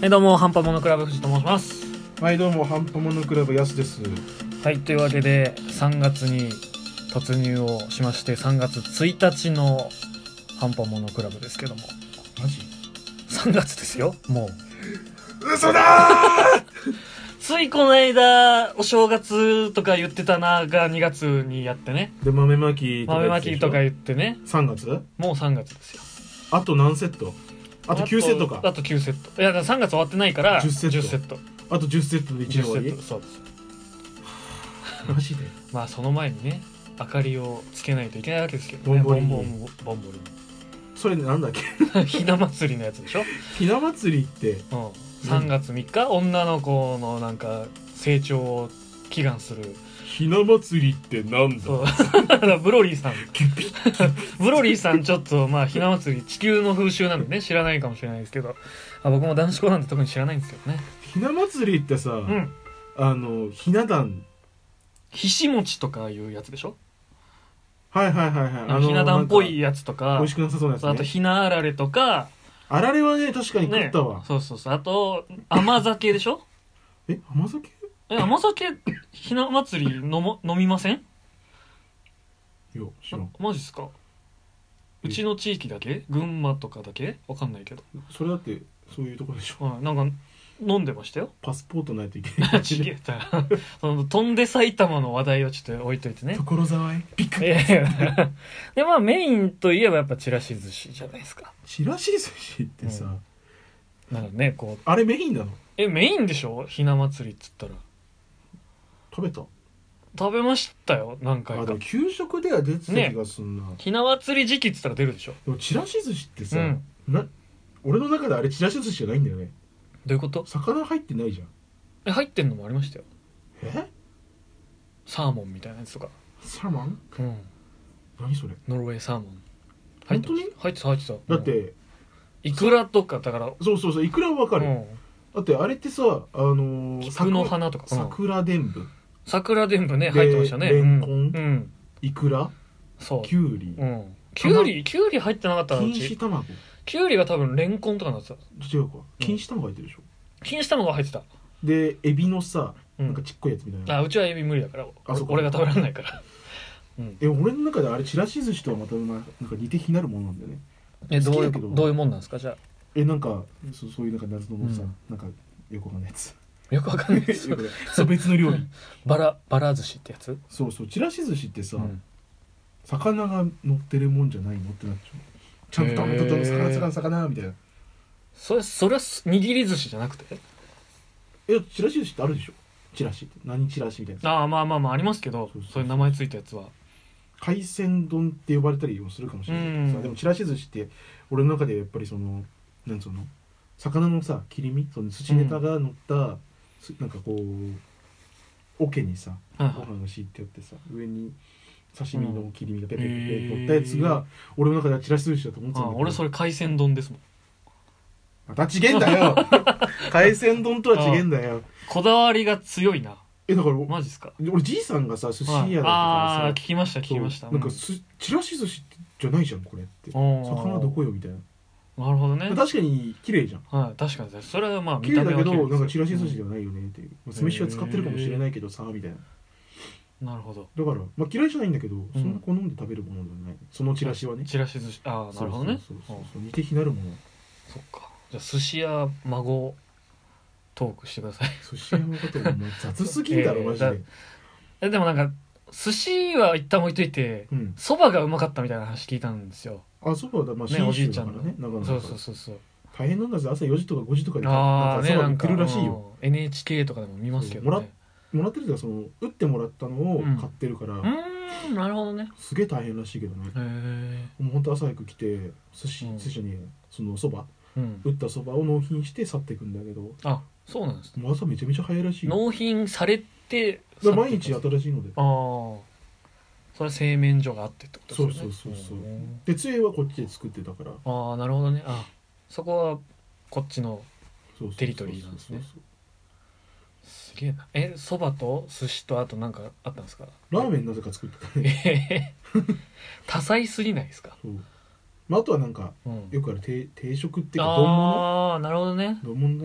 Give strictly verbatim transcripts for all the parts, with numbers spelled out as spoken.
はい、どうもハンパモノクラブ藤と申します。 はい、どうもハンパモノクラブやすです。 はい、というわけでさんがつに突入をしまして、さんがつついたちのハンパモノクラブですけども。 マジさんがつですよ、もう。嘘だーついこの間お正月とか言ってたながにがつにやってね。 で豆まきとか豆まきとか言ってね。 さんがつもうさんがつですよ。 あと何セット？あときゅうセットか。 あときゅうセット。いや、さんがつ終わってないからじゅっセット。 じゅっセット。 あとじゅっセットでいちねん終わり？ そうです。 マジで？ まあその前にね、明かりをつけないといけないわけですけどね。 ボンボリンボンボンボンボリン。 それなんだっけ？ ひな祭りのやつでしょ？ ひな祭りって、 うん、さんがつみっか、女の子のなんか成長を祈願する。 ひな祭りってなんだ？ ブロリーさんブロリーさんちょっとまあひな祭り地球の風習なんでね、知らないかもしれないですけど、あ、僕も男子校なんで特に知らないんですけどね。 ひな祭りってさ、うん、あのひな壇、 ひし餅とかいうやつでしょ？ はいはいはいはい、あのひな壇っぽいやつとか、 美味しくなさそうなやつね。 あとひなあられとか。 あられはね、確かに食ったわ、 ね、そうそうそう。あと甘酒でしょ？ え、甘酒？ え、甘酒ひな祭り飲も飲みません？ いや、知らん。 マジっすか？うちの地域だけ？群馬とかだけ？わかんないけど。 それだってそういうとこでしょ。 はい、なんか飲んでましたよ。 パスポートないといけない。 ちげえた。その飛んで埼玉の話題をちょっと置いといてね。 所沢へピック。 いやいやでまあメインといえばやっぱちらし寿司じゃないですか。 ちらし寿司ってさ、 うん、なんかねこうあれメインなの？ えメインでしょ？ひな祭りっつったら。 食べた？ 食べましたよ、何回か。 あ、でも給食では出てた気がすんな、ね、 ひな祭り時期っつったら出るでしょ。 でもちらし寿司ってさ、うん、 な俺の中であれちらし寿司じゃないんだよね。 どういうこと？ 魚入ってないじゃん。 え、入ってんのもありましたよ。 え？ サーモンみたいなやつとか。 サーモン？うん。何それ？ ノルウェーサーモン。 本当に？ 入ってた入ってた。 だって、うん、 イクラとかだから。 そうそうそう、イクラはわかる、うん、だってあれってさ、あのー、 菊の花とか桜でんぶ、 桜でんぶね、入ってましたね。 レンコン、うん、イクラ、 そう、 キュウリ、 うん、キュウリキュウリ入ってなかったら、 錦糸卵、 キュウリが多分レンコンとかになってた。 違うか、錦糸卵入ってるでしょ。 錦糸卵が入ってた。でエビのさ、なんかちっこいやつみたいな、 うん、あ、うちはエビ無理だから、あそこ俺が食べられないから、 うん、え、俺の中であれちらし寿司とはまたなんか似て非なるものなんだよね。 え、どういうどういうもんなんですか？じゃあ、 え、なんか そ, そういうなんか謎のさ、うん、なんかよくわかんないやつ、 よくわかんないやつそう、別の料理バラバラ寿司ってやつ。 そうそう、ちらし寿司ってさ、うん、魚が乗ってるもんじゃないのってなっちゃう。ちゃんとダメと魚魚魚みたいな。 それそれは握り寿司じゃなくて？ え、ちらし寿司ってあるでしょ。ちらしって何ちらしみたいな。 ああ、まあまあまあありますけど、そうそうそう、そういう名前ついたやつは海鮮丼って呼ばれたりもするかもしれないけどさ、でもちらし寿司って俺の中でやっぱりそのなんつうの、魚のさ切り身、その寿司ネタが乗った、うん、なんかこう桶にさご飯が敷いてあってさ、上に刺身の切り身がペペペペ取ったやつが、俺の中ではちらし寿司だと思ってたんだけど、 俺それ海鮮丼ですもん。 また違えんだよ海鮮丼とは違えんだよ。 こだわりが強いな。 え、だからマジっすか？ 俺じいさんがさ寿司屋だったからさ、 ああ、聞きました聞きました。 なんかすちらし寿司じゃないじゃんこれって、魚どこよみたいな。 なるほどね。 確かに綺麗じゃん。 はい、確かにそれはまあ見た目は綺麗だけど、なんかちらし寿司ではないよねっていう、うん、酢飯は使ってるかもしれないけどさみたいな。 なるほど。 だからまあ嫌いじゃないんだけど、そんな好んで食べるものではない、そのちらしはね。 ちらし寿司、ああ、なるほどね。 そうそうそうそう、似て非なるもの。 そっか。じゃあ寿司屋孫トークしてください。 寿司屋のことも雑すぎんだろ、えー、マジで。 え、でもなんか寿司は一旦置いといて、そば、うん、がうまかったみたいな話聞いたんですよ。 あ、そばだ、まあ、 ね、おじいちゃんのね、 そうそうそうそう。 大変なんだぜ、朝よじとかごじとかでなんかそば売ってるらしいよ。 エヌエイチケー とかでも見ますけどね。 もらもらってるとか、その打ってもらったのを買ってるから、うん、 うん、なるほどね。 すげえ大変らしいけどね。へえ。もう本当朝早く来て寿司、うん、寿司にそのそば、うん、打ったそばを納品して去っていくんだけど。 あ、そうなんですね。 もう朝めちゃめちゃ早いらしいよ。 納品されて毎日新しいので。 ああ。それ製麺所があってってことですよね。 そうそうそうそう。でつえはこっちで作ってたから。 ああ、なるほどね。あ、そこはこっちのテリトリーなんですね。すげえな。え、そばと寿司とあとなんかあったんですか？ ラーメンなぜか作ってたね。 多彩すぎないですか？ そう。まあ、あとはなんか、うん、よくある 定, 定食っていうか丼物。ああ、なるほどね。 丼物だね。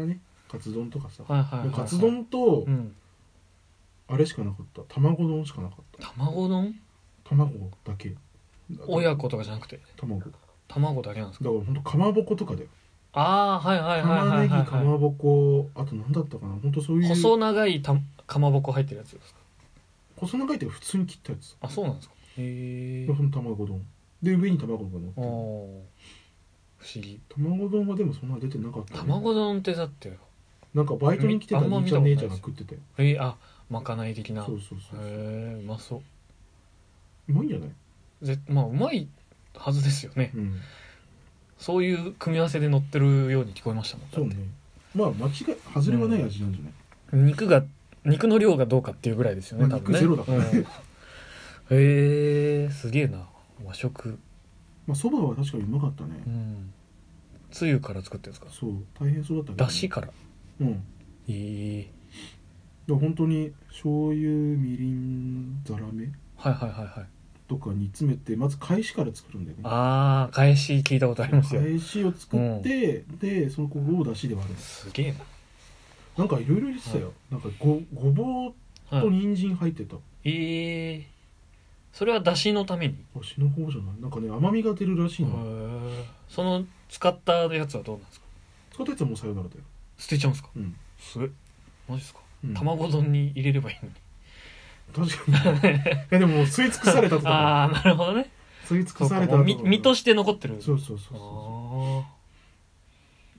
カツ丼とかさ、 はいはいはいはい、 カツ丼と、 うん、 あれしかなかった、卵丼しかなかった。 卵丼、 卵だけ、 親子とかじゃなくて卵卵だけなんですか。 だからほんとかまぼことかだよ。 ああはいはいはい玉はいはい、 ねぎかまぼこ、あと何だったかな、ほんとそういう細長いたかまぼこ入ってるやつですか。 細長いって普通に切ったやつ。 あ、そうなんですか。へえ。 その卵丼で上に卵が乗ってる。 お不思議。 卵丼はでもそんな出てなかった、ね、 卵丼ってだってなんかバイトに来てた兄ちゃん姉ちゃんが食ってて、 えー、あ、まかない的な。 そうそうそう、 へえ、うまそう。 うまいんじゃない。 ぜまあうまいはずですよね、 うん、 そういう組み合わせで乗ってるように聞こえましたもん。 そうね、まあ間違い外れはない味なんじゃない、 うん、肉が肉の量がどうかっていうぐらいですよね、 まあ、 多分ね。 肉ゼロだからね、うん、 へえ、すげえな和食。 まあそばは確かにうまかったね。 うん、つゆから作ってるんですか。 そう大変そうだったけど、ね、 だしから。 うんええでも本当に醤油みりんざらめはいはいはいはい。 とか煮詰めてまず返しから作るんだよね。 ああ、返し聞いたことありますよ。 返しを作って、うん、でそのこをだしで割る。 すげえな。 なんかいろいろ入れてたよ、はい、なんか ご, ごぼうと人参入ってた、はい、 ええー、それはだしのために。 だしの方じゃない、なんかね甘みが出るらしいの。 その使ったやつはどうなんですか。使ったやつはもうさよならだよ。 捨てちゃうんですか。 うん、 すえマジですか、うん、卵丼に入れればいいのに。 確かにいやでも吸い尽くされたとかああなるほどね、 吸い尽くされたとか身として残ってる。 そうそうそうそう、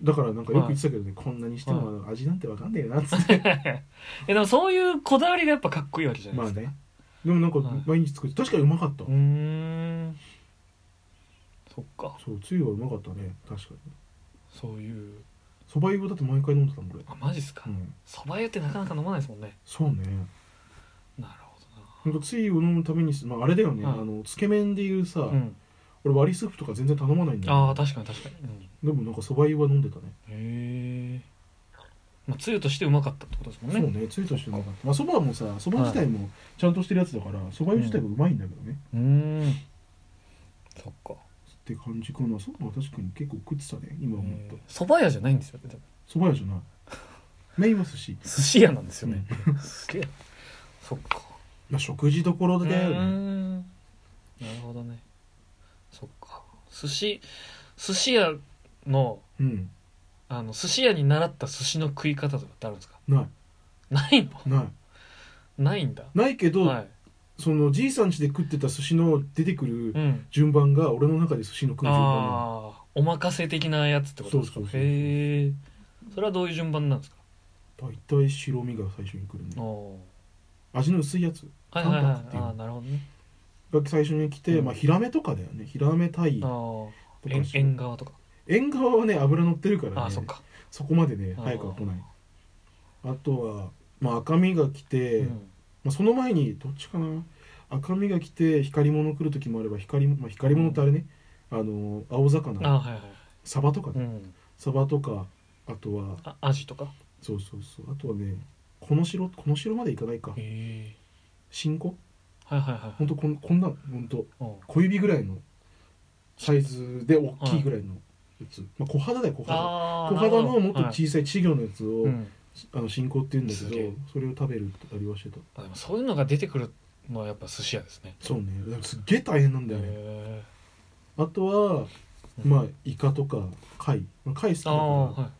だからなんかよく言ってたけどね、はい、こんなにしても味なんてわかんねえなっつってえでもそういうこだわりがやっぱかっこいいわけじゃないですか。 まあね、でもなんか毎日作って、はい、確かにうまかった。うーん、そっか。 そうつゆはうまかったね、確かに。 そういうそば湯だって毎回飲んでたもん俺。 あマジっすか。そば、うん、湯ってなかなか飲まないですもんね。 そうね、 なるほどな。 ほんとつゆを飲むために、まあ、あれだよね、はい、あのつけ麺でいうさ、うん、俺割りスープとか全然頼まないんだよ、ね、 ああ確かに確かに、 うん、でもなんかそば湯は飲んでたね。 へえ、まあ、つゆとしてうまかったってことですもんね。 そうね、つゆとしてうまかった。まあそばもさ、そば自体もちゃんとしてるやつだからそば湯自体がうまいんだけどね。 うん、うんそっかって感じかな。そばは確かに結構食ってたね、今思うと。 そば屋じゃないんですよね。 そば屋じゃない、メインは寿司。 寿司屋なんですよね、うん、すげえ。そっか、 まあ、食事どころだよね。 うんなるほどね。そっか、寿司寿司屋の、うん、あの寿司屋に習った寿司の食い方とかってあるんですか。 ないないの。 ないないんだ。 ないけど、はい、そのじいさん家で食ってた寿司の出てくる順番が俺の中で寿司の食う順番なの、 うん、あお任せ的なやつってことですか。そうそうそうそう。へえ、それはどういう順番なんですか。 大体白身が最初に来るね。味の薄いやつ、 はいはいはい、っていうあなるほどねが最初に来て、うん、まあヒラメとかだよね。ヒラメタイとか縁側とか。 縁側はね油乗ってるからね、 あそっか、 そこまでね早くは来ない。あとは、まあ、赤身が来て、うんまあ、その前にどっちかな、赤身が来て光り物来る時もあれば、光り、まあ、光り物ってあれね、うん、あの青魚、 あ、はいはい、 サバとかね、 うん、 サバとか、あとはあアジとか、 そうそうそう、あとはねこの白この白までいかないか、新子、 はいはいはい、 ほんとこんこんなほんと小指ぐらいのサイズで大きいぐらいのやつ、まあ、小肌だよ、小肌小肌のもっと小さい稚魚のやつを、はい、あの新子って言うんだけど、それを食べるってありはしてた。 あでもそういうのが出てくるのはやっぱ寿司屋ですね。 そうね、でもすっげえ大変なんだよね。あとは、うん、まあイカとか貝、まあ、貝好きだから、はい、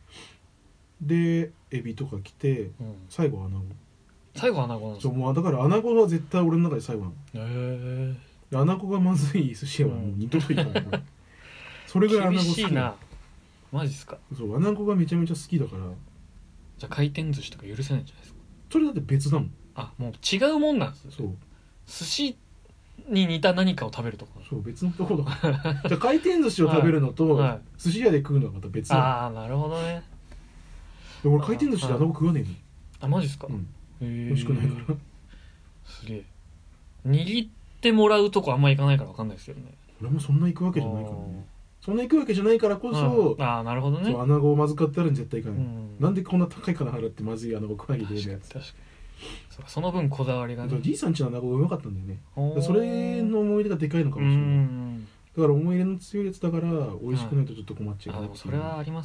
でエビとか来て、うん、最後アナゴ。 最後アナゴなんですか。 そうもうだからアナゴは絶対俺の中で最後なの。 へえ。 アナゴがまずい寿司屋はもう二度といかない、うん、それぐらいアナゴ好き。 厳しいな。マジっすか。 そうアナゴがめちゃめちゃ好きだから。 じゃあ回転寿司とか許せないんじゃないですか。 それだって別だもん。 あもう違うもんなんですね。そう寿司に似た何かを食べるとか。 そう別のところだからじゃあ回転寿司を食べるのと、はいはい、寿司屋で食うのはまた別だ。 ああなるほどね。 で俺回転寿司でアナゴ食わねえの。 あマジっすか。うん、 へ美味しくないからすげえ。握ってもらうとこあんま行かないから分かんないですよね。 俺もそんな行くわけじゃないからね。そんな行くわけじゃないからこそ、 うん、ああなるほどね。 そうアナゴをまずかったら絶対行かない、うん、なんでこんな高い金払ってまずいアナゴ食わなきゃいけないやつ。確かにそうその分こだわりがね。 じいさんちのアナゴがうまかったんだよね。それの思い出がでかいのかもしれない。だから思い入れの強いやつだから美味しくないとちょっと困っちゃう、 うん、あでもそれはありますね。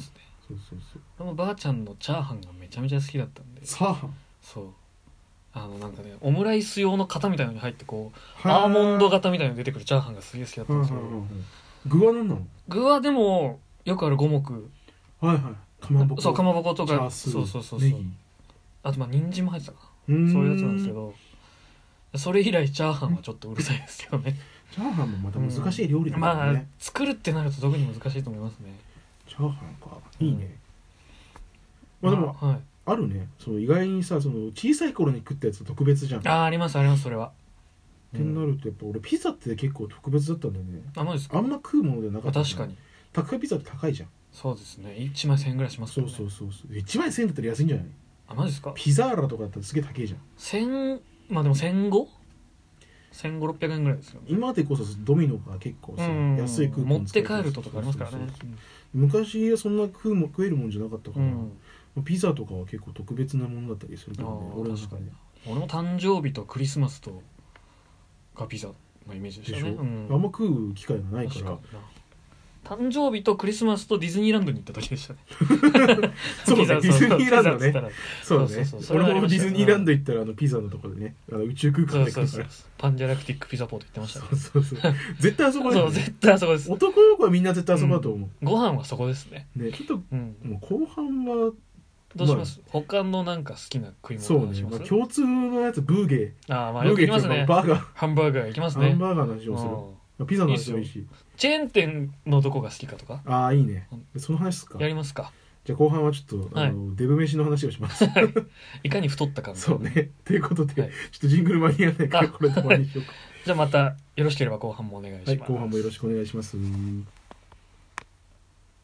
そうそうそう俺もばあちゃんのチャーハンがめちゃめちゃ好きだったんで。 チャーハンそうあのなんかねオムライス用の型みたいなのに入ってこうアーモンド型みたいなの出てくるチャーハンがすげえ好きだったんですよ。 具は何なの？ 具はでもよくある五目、 はいはいかまぼこ、 そうかまぼことか、 そうそうそうそうそう、あとまあ人参も入ってたかな、 そうそういうやつなんですけど、それ以来チャーハンはちょっとうるさいですけどね。 チャーハンもまた難しい料理だからね、 うん、まあ作るってなると特に難しいと思いますね。 チャーハンかいいね、うん、まあでも、はい、あるね、そう意外にさその小さい頃に食ったやつ特別じゃん。 ああありますありますそれは。 ってなるとやっぱ俺ピザって結構特別だったんだよね。 あ、マジですか？ あんま食うものでなかった。 確かに宅配ピザって高いじゃん。 そうですね、いちまんせんえんぐらいしますからね。 そうそうそうそう、いちまんせんえんだったら安いんじゃない？ あ、マジですか？ ピザーラとかだったらすげえ高いじゃん。 せんまあでもせんごひゃく せんごひゃくろっぴゃくえんぐらいですよね。 今でこそドミノが結構さ安いクーポン持って帰るととかありますからね。そうそうそう、 昔はそんな食うも食えるもんじゃなかったから、 うん、 ピザとかは結構特別なものだったりするけどね。俺の中で俺も誕生日とクリスマスとがピザのイメージでしたね。 でしょ、うん、あんま食う機会がないから。 誕生日とクリスマスとディズニーランドに行った時でしたね。 そうね、ディズニーランドね。そうね。俺もディズニーランド行ったらあのピザのところでね、あの宇宙空間で食うから。 パンジャラクティックピザポート行ってましたね。 そうそうそう。絶対あそこだよね。 そう絶対あそこです。 男の子はみんな絶対あそこだと思う。 ご飯はそこですね。 ね、ちょっともう後半はどうします？他のなんか好きな食い物そうね。共通のやつブーゲ。 ああまあよく行きますね。 バーガー。 ハンバーガー行きますね。 ハンバーガーの話をする。ピザの話もいいし。 チェーン店のどこが好きかとか。 ああいいね。その話すか。 やりますか。 じゃあ後半はちょっとあのデブ飯の話をします。 いかに太ったか。 そうね。ということでちょっとジングル間に合わないからこれで終わりにしようか。 じゃあまたよろしければ後半もお願いします。 はい、後半もよろしくお願いします。